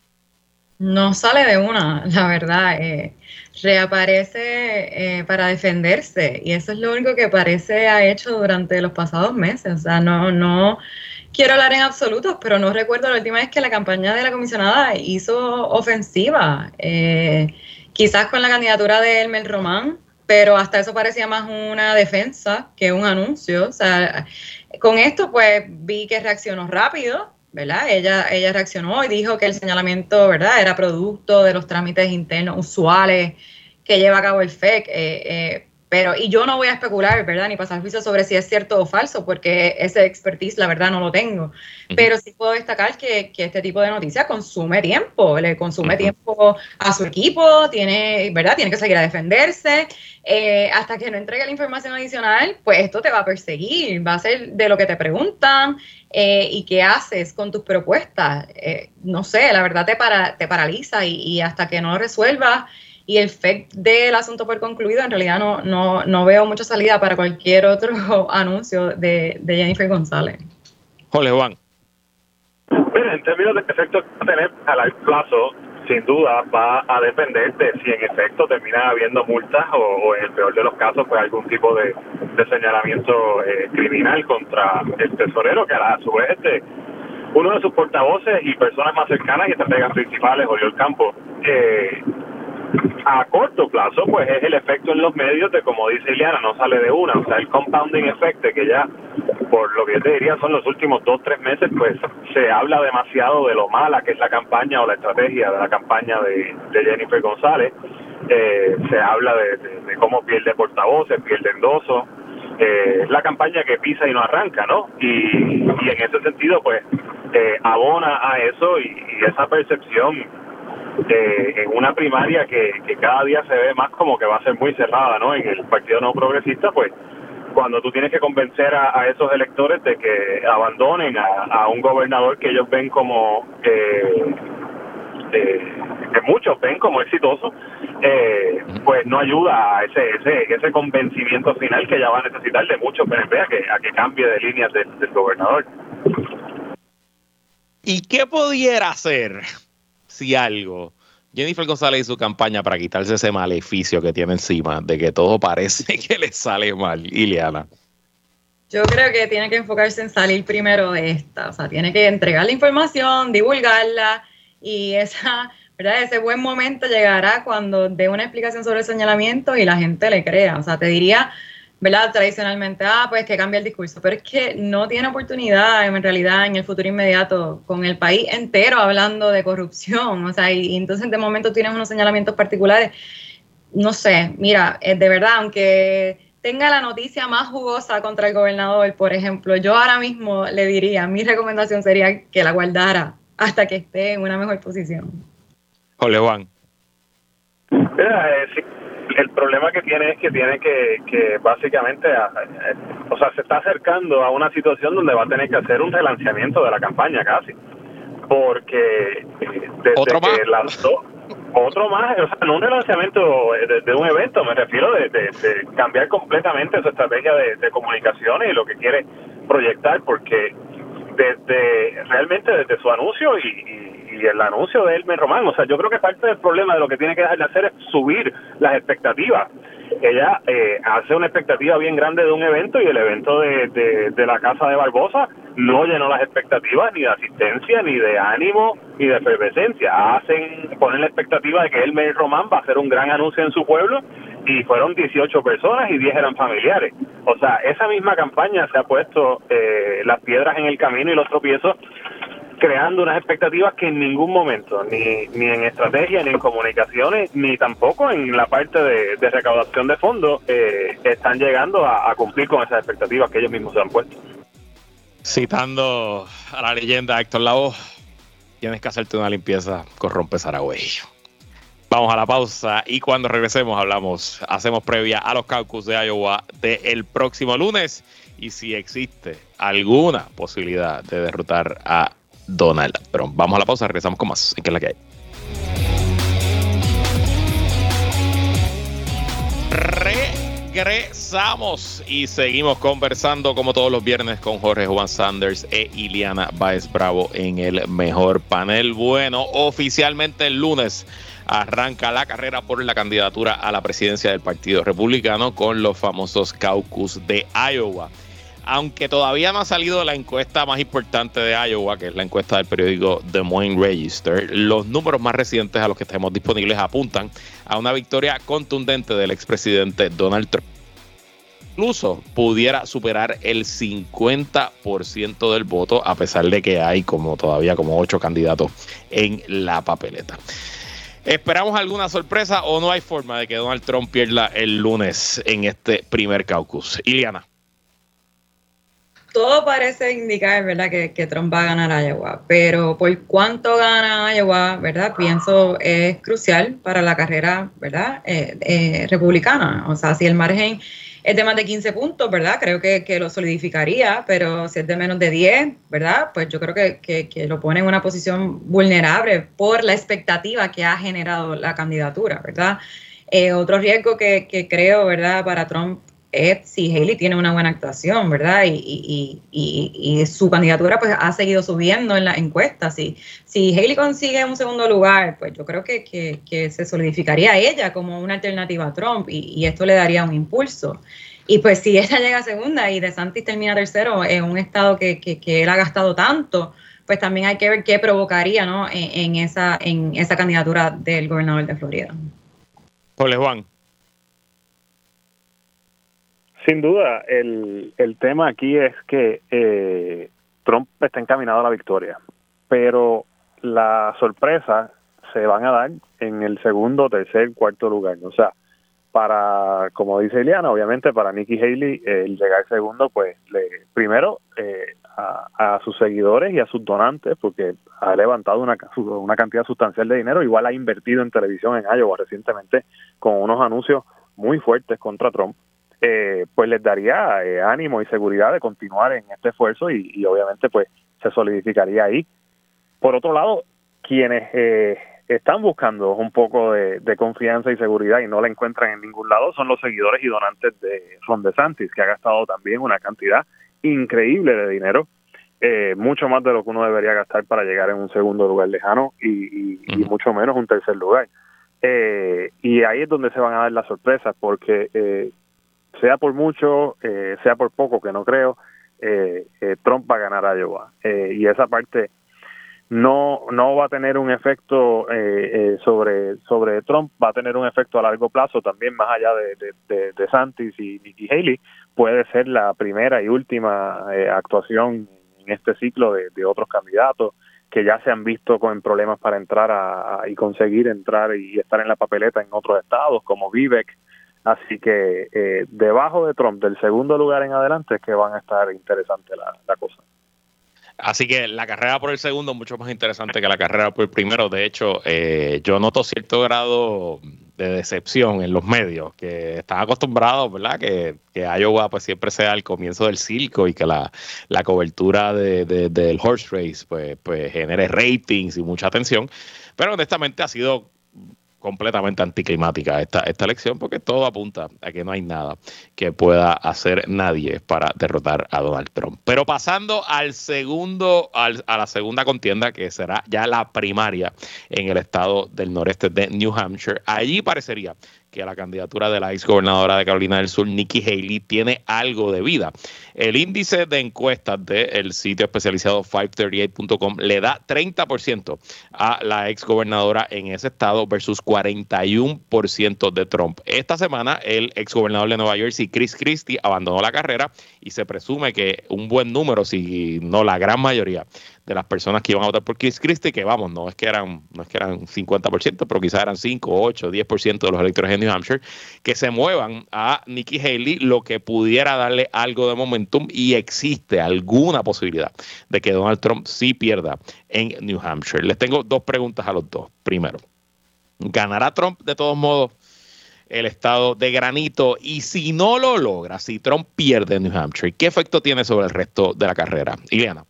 No sale de una, la verdad. Eh, reaparece eh, para defenderse, y eso es lo único que parece ha hecho durante los pasados meses. O sea, no, no quiero hablar en absolutos, pero no recuerdo la última vez que la campaña de la comisionada hizo ofensiva. Eh, quizás con la candidatura de Elmer Román, pero hasta eso parecía más una defensa que un anuncio. O sea, con esto pues vi que reaccionó rápido, ¿verdad? Ella, ella reaccionó y dijo que el señalamiento, ¿verdad?, era producto de los trámites internos usuales que lleva a cabo el F E C. Eh, eh, Pero, y yo no voy a especular, ¿verdad?, ni pasar juicio sobre si es cierto o falso, porque ese expertise, la verdad, no lo tengo. Uh-huh. Pero sí puedo destacar que, que este tipo de noticias consume tiempo, le consume uh-huh. tiempo a su equipo, tiene, ¿verdad?, tiene que seguir a defenderse. Eh, hasta que no entregue la información adicional, pues esto te va a perseguir, va a ser de lo que te preguntan eh, y qué haces con tus propuestas. Eh, no sé, la verdad te, para, te paraliza y, y hasta que no lo resuelvas y el F E C del asunto por concluido, en realidad no, no, no veo mucha salida para cualquier otro anuncio de, de Jennifer González. Jorge Juan. Mira, en términos de efectos que va a tener a largo plazo, sin duda va a depender de si en efecto termina habiendo multas o, o en el peor de los casos, pues algún tipo de, de señalamiento eh, criminal contra el tesorero, que a su vez este, uno de sus portavoces y personas más cercanas y estrategas principales, Oriol Campos, eh, a corto plazo, pues es el efecto en los medios de, como dice Ileana, no sale de una, o sea, el compounding effect, que ya, por lo que yo te diría, son los últimos dos, tres meses, pues se habla demasiado de lo mala que es la campaña o la estrategia de la campaña de, de Jennifer González, eh, se habla de, de, de cómo pierde portavoces, pierde endosos, eh, la campaña que pisa y no arranca, ¿no? Y, y en ese sentido, pues, eh, abona a eso y, y esa percepción Eh, en una primaria que, que cada día se ve más como que va a ser muy cerrada, ¿no? En el Partido No Progresista, pues cuando tú tienes que convencer a, a esos electores de que abandonen a, a un gobernador que ellos ven como eh, eh, que muchos ven como exitoso, eh, pues no ayuda a ese, ese ese convencimiento final que ya va a necesitar de muchos P N P a que, a que cambie de líneas del, del gobernador. ¿Y qué pudiera hacer, si algo, Jennifer González y su campaña para quitarse ese maleficio que tiene encima de que todo parece que le sale mal? Ileana. Yo creo que tiene que enfocarse en salir primero de esta, o sea, tiene que entregar la información, divulgarla, y esa, ¿verdad?, ese buen momento llegará cuando dé una explicación sobre el señalamiento y la gente le crea. O sea, te diría, ¿verdad?, tradicionalmente, ah, pues que cambie el discurso, pero es que no tiene oportunidad en realidad en el futuro inmediato, con el país entero hablando de corrupción. O sea, y, y entonces de momento tienes unos señalamientos particulares. No sé, mira, eh, de verdad, aunque tenga la noticia más jugosa contra el gobernador, por ejemplo, yo ahora mismo le diría, mi recomendación sería que la guardara hasta que esté en una mejor posición. Jorge Juan. Mira, eh, sí, el problema que tiene es que tiene que, que básicamente, a, eh, o sea, se está acercando a una situación donde va a tener que hacer un relanzamiento de la campaña casi, porque eh, desde ¿Otro más? que lanzó otro más, o sea, no un relanzamiento de, de un evento, me refiero de, de, de cambiar completamente su estrategia de, de comunicaciones y lo que quiere proyectar, porque desde realmente desde su anuncio y, y, y el anuncio de Elmer Román, o sea, yo creo que parte del problema de lo que tiene que dejar de hacer es subir las expectativas. Ella eh, hace una expectativa bien grande de un evento y el evento de, de, de la Casa de Barbosa no llenó las expectativas ni de asistencia, ni de ánimo, ni de efervescencia. Hacen, ponen la expectativa de que Elmer Román va a hacer un gran anuncio en su pueblo y fueron dieciocho personas y diez eran familiares. O sea, esa misma campaña se ha puesto eh, las piedras en el camino y los tropiezos, creando unas expectativas que en ningún momento, ni, ni en estrategia, ni en comunicaciones, ni tampoco en la parte de, de recaudación de fondos, eh, están llegando a, a cumplir con esas expectativas que ellos mismos se han puesto. Citando a la leyenda Héctor Lavoe, tienes que hacerte una limpieza con rompe Saragüello. Vamos a la pausa y cuando regresemos hablamos, hacemos previa a los caucus de Iowa del próximo lunes y si existe alguna posibilidad de derrotar a Donald Trump. Vamos a la pausa, regresamos con más. ¿En qué es la que hay? Regresamos y seguimos conversando como todos los viernes con Jorge Juan Sanders e Iliana Báez Bravo en el mejor panel. Bueno, oficialmente el lunes arranca la carrera por la candidatura a la presidencia del Partido Republicano con los famosos caucus de Iowa. Aunque todavía no ha salido la encuesta más importante de Iowa, que es la encuesta del periódico Des Moines Register, los números más recientes a los que tenemos disponibles apuntan a una victoria contundente del expresidente Donald Trump. Incluso pudiera superar el cincuenta por ciento del voto, a pesar de que hay como todavía como ocho candidatos en la papeleta. ¿Esperamos alguna sorpresa o no hay forma de que Donald Trump pierda el lunes en este primer caucus? Iliana. Todo parece indicar, ¿verdad?, que, que Trump va a ganar Iowa, pero por cuánto gana Iowa, ¿verdad?, pienso es crucial para la carrera, ¿verdad?, eh, eh, republicana. O sea, si el margen es de más de quince puntos, ¿verdad?, creo que, que lo solidificaría, pero si es de menos de diez, ¿verdad?, pues yo creo que, que, que lo pone en una posición vulnerable por la expectativa que ha generado la candidatura, ¿verdad? Eh, otro riesgo que, que creo, ¿verdad?, para Trump es si Haley tiene una buena actuación, ¿verdad? Y, y, y, y su candidatura pues ha seguido subiendo en las encuestas. Si, si Haley consigue un segundo lugar, pues yo creo que, que, que se solidificaría ella como una alternativa a Trump y, y esto le daría un impulso. Y pues si ella llega a segunda y DeSantis termina tercero en un estado que, que, que él ha gastado tanto, pues también hay que ver qué provocaría, ¿no?, en, en, esa, en esa candidatura del gobernador de Florida. Jorge Juan. Sin duda, el, el tema aquí es que eh, Trump está encaminado a la victoria, pero la sorpresa se van a dar en el segundo, tercer, cuarto lugar. O sea, para, como dice Iliana, obviamente para Nikki Haley, eh, el llegar segundo, pues, le, primero eh, a, a sus seguidores y a sus donantes, porque ha levantado una, una cantidad sustancial de dinero, igual ha invertido en televisión en Iowa recientemente con unos anuncios muy fuertes contra Trump. Eh, pues les daría eh, ánimo y seguridad de continuar en este esfuerzo y, y obviamente pues se solidificaría ahí. Por otro lado, quienes eh, están buscando un poco de, de confianza y seguridad y no la encuentran en ningún lado son los seguidores y donantes de Ron DeSantis, que ha gastado también una cantidad increíble de dinero, eh, mucho más de lo que uno debería gastar para llegar en un segundo lugar lejano y, y, y mucho menos un tercer lugar. Eh, y ahí es donde se van a dar las sorpresas, porque eh, sea por mucho, eh, sea por poco, que no creo, eh, eh, Trump va a ganar Iowa. Eh, y esa parte no no va a tener un efecto eh, eh, sobre sobre Trump, va a tener un efecto a largo plazo también, más allá de, de, de, de Santis y Nikki Haley. Puede ser la primera y última eh, actuación en este ciclo de, de otros candidatos que ya se han visto con problemas para entrar a, a, y conseguir entrar y estar en la papeleta en otros estados, como Vivek. Así que eh, debajo de Trump, del segundo lugar en adelante, es que van a estar interesante la, la cosa. Así que la carrera por el segundo es mucho más interesante que la carrera por el primero. De hecho, eh, yo noto cierto grado de decepción en los medios, que están acostumbrados, ¿verdad? Que, que Iowa pues siempre sea el comienzo del circo y que la, la cobertura de, de, del horse race pues, pues genere ratings y mucha atención. Pero honestamente ha sido completamente anticlimática esta, esta elección, porque todo apunta a que no hay nada que pueda hacer nadie para derrotar a Donald Trump. Pero pasando al segundo, al, a la segunda contienda, que será ya la primaria en el estado del noreste de New Hampshire, allí parecería que la candidatura de la ex gobernadora de Carolina del Sur, Nikki Haley, tiene algo de vida. El índice de encuestas del sitio especializado quinientos treinta y ocho punto com le da treinta por ciento a la ex gobernadora en ese estado versus cuarenta y uno por ciento de Trump. Esta semana, el ex gobernador de Nueva Jersey, Chris Christie, abandonó la carrera y se presume que un buen número, si no la gran mayoría, de las personas que iban a votar por Chris Christie, que vamos, no es que eran, no es que eran cincuenta por ciento, pero quizás eran cinco, ocho, diez por ciento de los electores en New Hampshire, que se muevan a Nikki Haley, lo que pudiera darle algo de momentum, y existe alguna posibilidad de que Donald Trump sí pierda en New Hampshire. Les tengo dos preguntas a los dos. Primero, ¿ganará Trump de todos modos el estado de granito? Y si no lo logra, si Trump pierde en New Hampshire, ¿qué efecto tiene sobre el resto de la carrera? Ileana.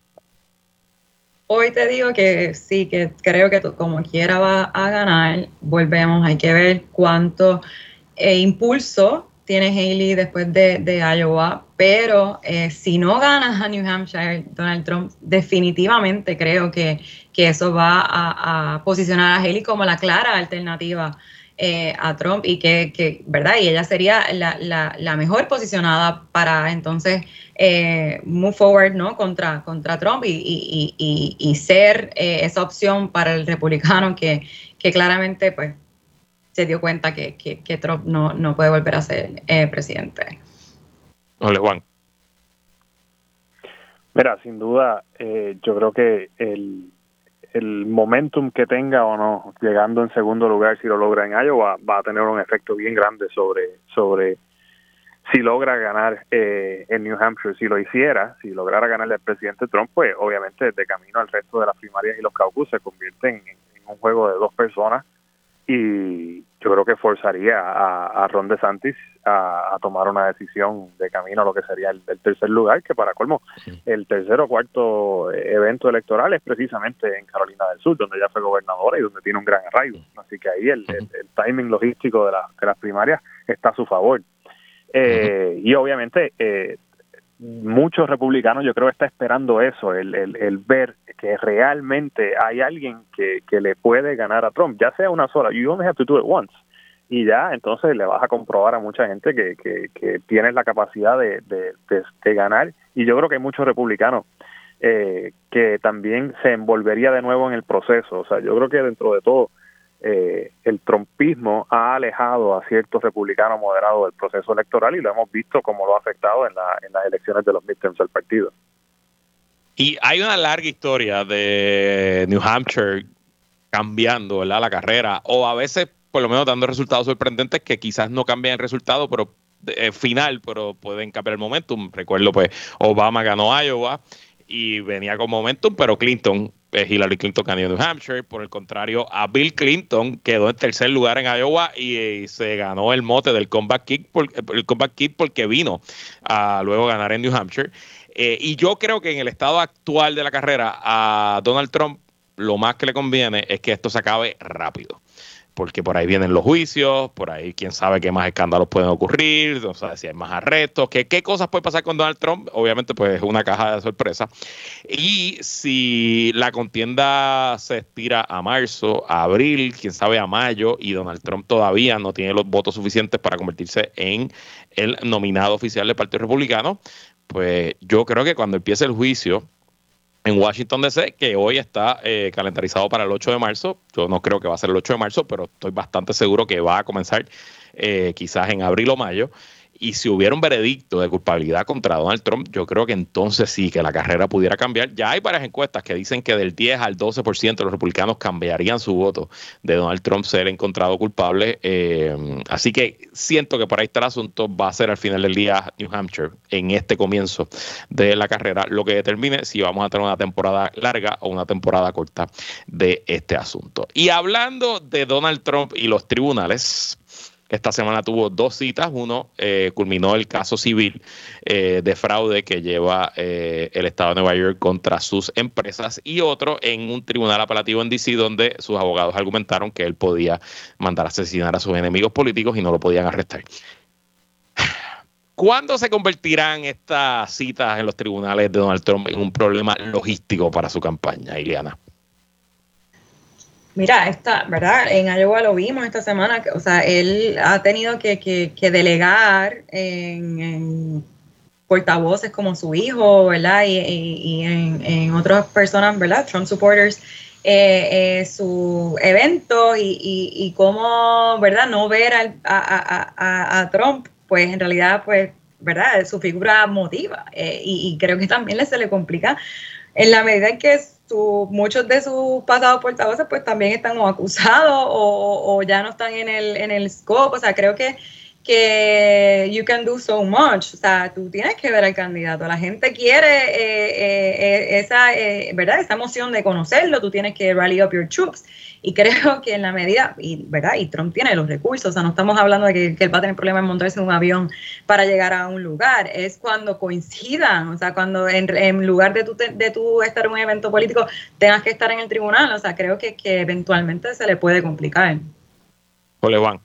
Hoy te digo que sí, que creo que tú, como quiera va a ganar. Volvemos, hay que ver cuánto eh, impulso tiene Haley después de, de Iowa, pero eh, si no ganas a New Hampshire, Donald Trump, definitivamente creo que, que eso va a, a posicionar a Haley como la clara alternativa eh, a Trump, y que, que, ¿verdad? Y ella sería la, la, la mejor posicionada para entonces eh, move forward, ¿no? Contra, contra Trump y, y, y, y ser eh, esa opción para el republicano que, que claramente, pues, se dio cuenta que, que, que Trump no, no puede volver a ser eh, presidente. Hola, Juan. Mira, sin duda, eh, yo creo que el, el momentum que tenga o no, llegando en segundo lugar, si lo logra en Iowa, va a tener un efecto bien grande sobre, sobre si logra ganar eh, en New Hampshire. Si lo hiciera, si lograra ganarle al presidente Trump, pues obviamente de camino al resto de las primarias y los caucus se convierte en, en un juego de dos personas, y yo creo que forzaría a, a Ron DeSantis a, a tomar una decisión de camino a lo que sería el, el tercer lugar, que para colmo, el tercer o cuarto evento electoral es precisamente en Carolina del Sur, donde ella fue gobernadora y donde tiene un gran arraigo. Así que ahí el, el, el timing logístico de, la, de las primarias está a su favor. Eh, y obviamente eh, muchos republicanos, yo creo, está esperando eso, el, el, el ver que realmente hay alguien que, que le puede ganar a Trump, ya sea una sola. You only have to do it once. Y ya, entonces le vas a comprobar a mucha gente que, que, que tienes la capacidad de, de, de, de ganar. Y yo creo que hay muchos republicanos eh, que también se envolvería de nuevo en el proceso. O sea, yo creo que dentro de todo, Eh, el trumpismo ha alejado a ciertos republicanos moderados del proceso electoral, y lo hemos visto como lo ha afectado en, la, en las elecciones de los midterms del partido. Y hay una larga historia de New Hampshire cambiando, ¿verdad?, la carrera, o a veces por lo menos dando resultados sorprendentes que quizás no cambian el resultado pero eh, final, pero pueden cambiar el momentum. Recuerdo, pues, Obama ganó Iowa y venía con momentum, pero Clinton, eh, Hillary Clinton ganó New Hampshire. Por el contrario, a Bill Clinton quedó en tercer lugar en Iowa y, y se ganó el mote del comeback kid, por, el comeback kid porque vino a luego ganar en New Hampshire. Eh, y yo creo que en el estado actual de la carrera a Donald Trump lo más que le conviene es que esto se acabe rápido, porque por ahí vienen los juicios, por ahí quién sabe qué más escándalos pueden ocurrir, no sabe si hay más arrestos, qué, qué cosas puede pasar con Donald Trump. Obviamente pues es una caja de sorpresa, y si la contienda se estira a marzo, a abril, quién sabe a mayo, y Donald Trump todavía no tiene los votos suficientes para convertirse en el nominado oficial del Partido Republicano, pues yo creo que cuando empiece el juicio en Washington D C, que hoy está eh, calendarizado para el ocho de marzo. Yo no creo que va a ser el ocho de marzo, pero estoy bastante seguro que va a comenzar eh, quizás en abril o mayo. y si hubiera un veredicto de culpabilidad contra Donald Trump, yo creo que entonces sí que la carrera pudiera cambiar. Ya hay varias encuestas que dicen que del diez al doce por ciento de los republicanos cambiarían su voto de Donald Trump ser encontrado culpable. Eh, así que siento que por ahí está el asunto. Va a ser al final del día New Hampshire en este comienzo de la carrera lo que determine si vamos a tener una temporada larga o una temporada corta de este asunto. Y hablando de Donald Trump y los tribunales, esta semana tuvo dos citas. Uno eh, culminó el caso civil eh, de fraude que lleva eh, el estado de Nueva York contra sus empresas, y otro en un tribunal apelativo en D C donde sus abogados argumentaron que él podía mandar a asesinar a sus enemigos políticos y no lo podían arrestar. ¿Cuándo se convertirán estas citas en los tribunales de Donald Trump en un problema logístico para su campaña, Ileana? Mira, esta, ¿verdad? En Iowa lo vimos esta semana, o sea, él ha tenido que, que, que delegar en, en portavoces como su hijo, ¿verdad? Y, y, y en, en otras personas, ¿verdad? Trump supporters, eh, eh, su evento y, y, y cómo, ¿verdad? No ver al, a, a, a, a Trump, pues en realidad, pues, ¿verdad? Su figura motiva, eh, y, y creo que también le, se le complica en la medida en que su, muchos de sus pasados portavoces pues también están o acusados o, o ya no están en el, en el scope. O sea, creo que, que you can do so much. O sea, tú tienes que ver al candidato. La gente quiere eh, eh, esa, eh, ¿verdad? Esa emoción de conocerlo. Tú tienes que rally up your troops. Y creo que en la medida, y, ¿verdad? Y Trump tiene los recursos. O sea, no estamos hablando de que, que él va a tener problemas en montarse en un avión para llegar a un lugar. Es cuando coincidan. O sea, cuando en, en lugar de tú, de tú estar en un evento político, tengas que estar en el tribunal. O sea, creo que, que eventualmente se le puede complicar. Ole, Juan.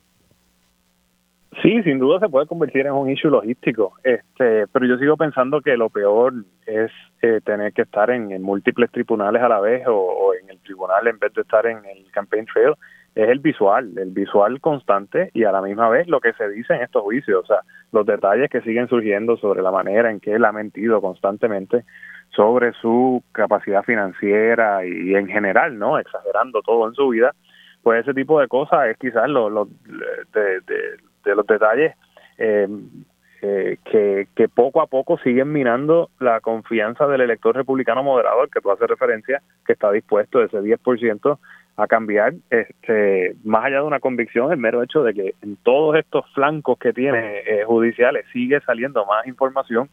Sí, sin duda se puede convertir en un issue logístico, este, pero yo sigo pensando que lo peor es eh, tener que estar en, en múltiples tribunales a la vez o, o en el tribunal en vez de estar en el campaign trail. Es el visual, el visual constante y a la misma vez lo que se dice en estos juicios, o sea, los detalles que siguen surgiendo sobre la manera en que él ha mentido constantemente sobre su capacidad financiera y, y en general, ¿no? Exagerando todo en su vida, pues ese tipo de cosas es quizás lo, lo de, de de los detalles eh, eh, que, que poco a poco siguen minando la confianza del elector republicano moderado al que tú haces referencia, que está dispuesto ese diez por ciento a cambiar, este, más allá de una convicción, el mero hecho de que en todos estos flancos que tiene eh, judiciales sigue saliendo más información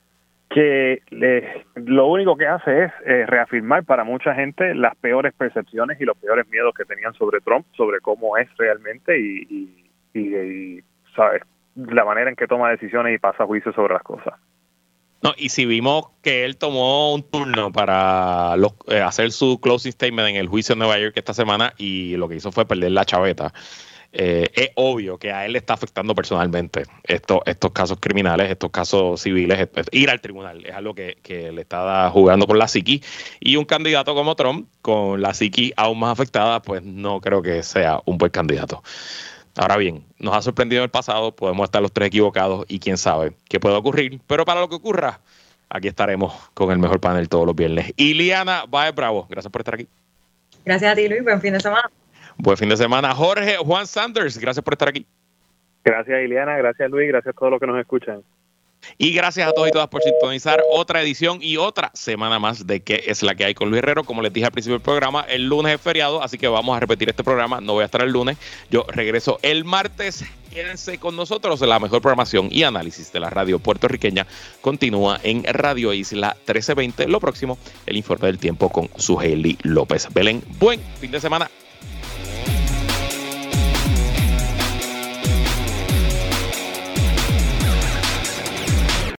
que le, lo único que hace es eh, reafirmar para mucha gente las peores percepciones y los peores miedos que tenían sobre Trump, sobre cómo es realmente y, y Y, y sabes la manera en que toma decisiones y pasa juicio sobre las cosas. No, y si vimos que él tomó un turno para los, eh, hacer su closing statement en el juicio de Nueva York esta semana y lo que hizo fue perder la chaveta, eh, es obvio que a él le está afectando personalmente estos, estos casos criminales, estos casos civiles, esto, ir al tribunal es algo que, que le está jugando con la psiqui, y un candidato como Trump con la psiqui aún más afectada, pues no creo que sea un buen candidato. Ahora bien, nos ha sorprendido en el pasado, podemos estar los tres equivocados y quién sabe qué puede ocurrir, pero para lo que ocurra, aquí estaremos con el mejor panel todos los viernes. Ileana Báez Bravo, gracias por estar aquí. Gracias a ti, Luis, buen fin de semana. Buen fin de semana. Jorge Juan Sanders, gracias por estar aquí. Gracias, Ileana, gracias, Luis, gracias a todos los que nos escuchan. Y gracias a todos y todas por sintonizar otra edición y otra semana más de ¿Qué es la que hay con Luis Herrero? Como les dije al principio del programa, el lunes es feriado, así que vamos a repetir este programa. No voy a estar el lunes, yo regreso el martes. Quédense con nosotros, la mejor programación y análisis de la radio puertorriqueña continúa en Radio Isla trece veinte. Lo próximo, el informe del tiempo con Suheili López. Belén, buen fin de semana.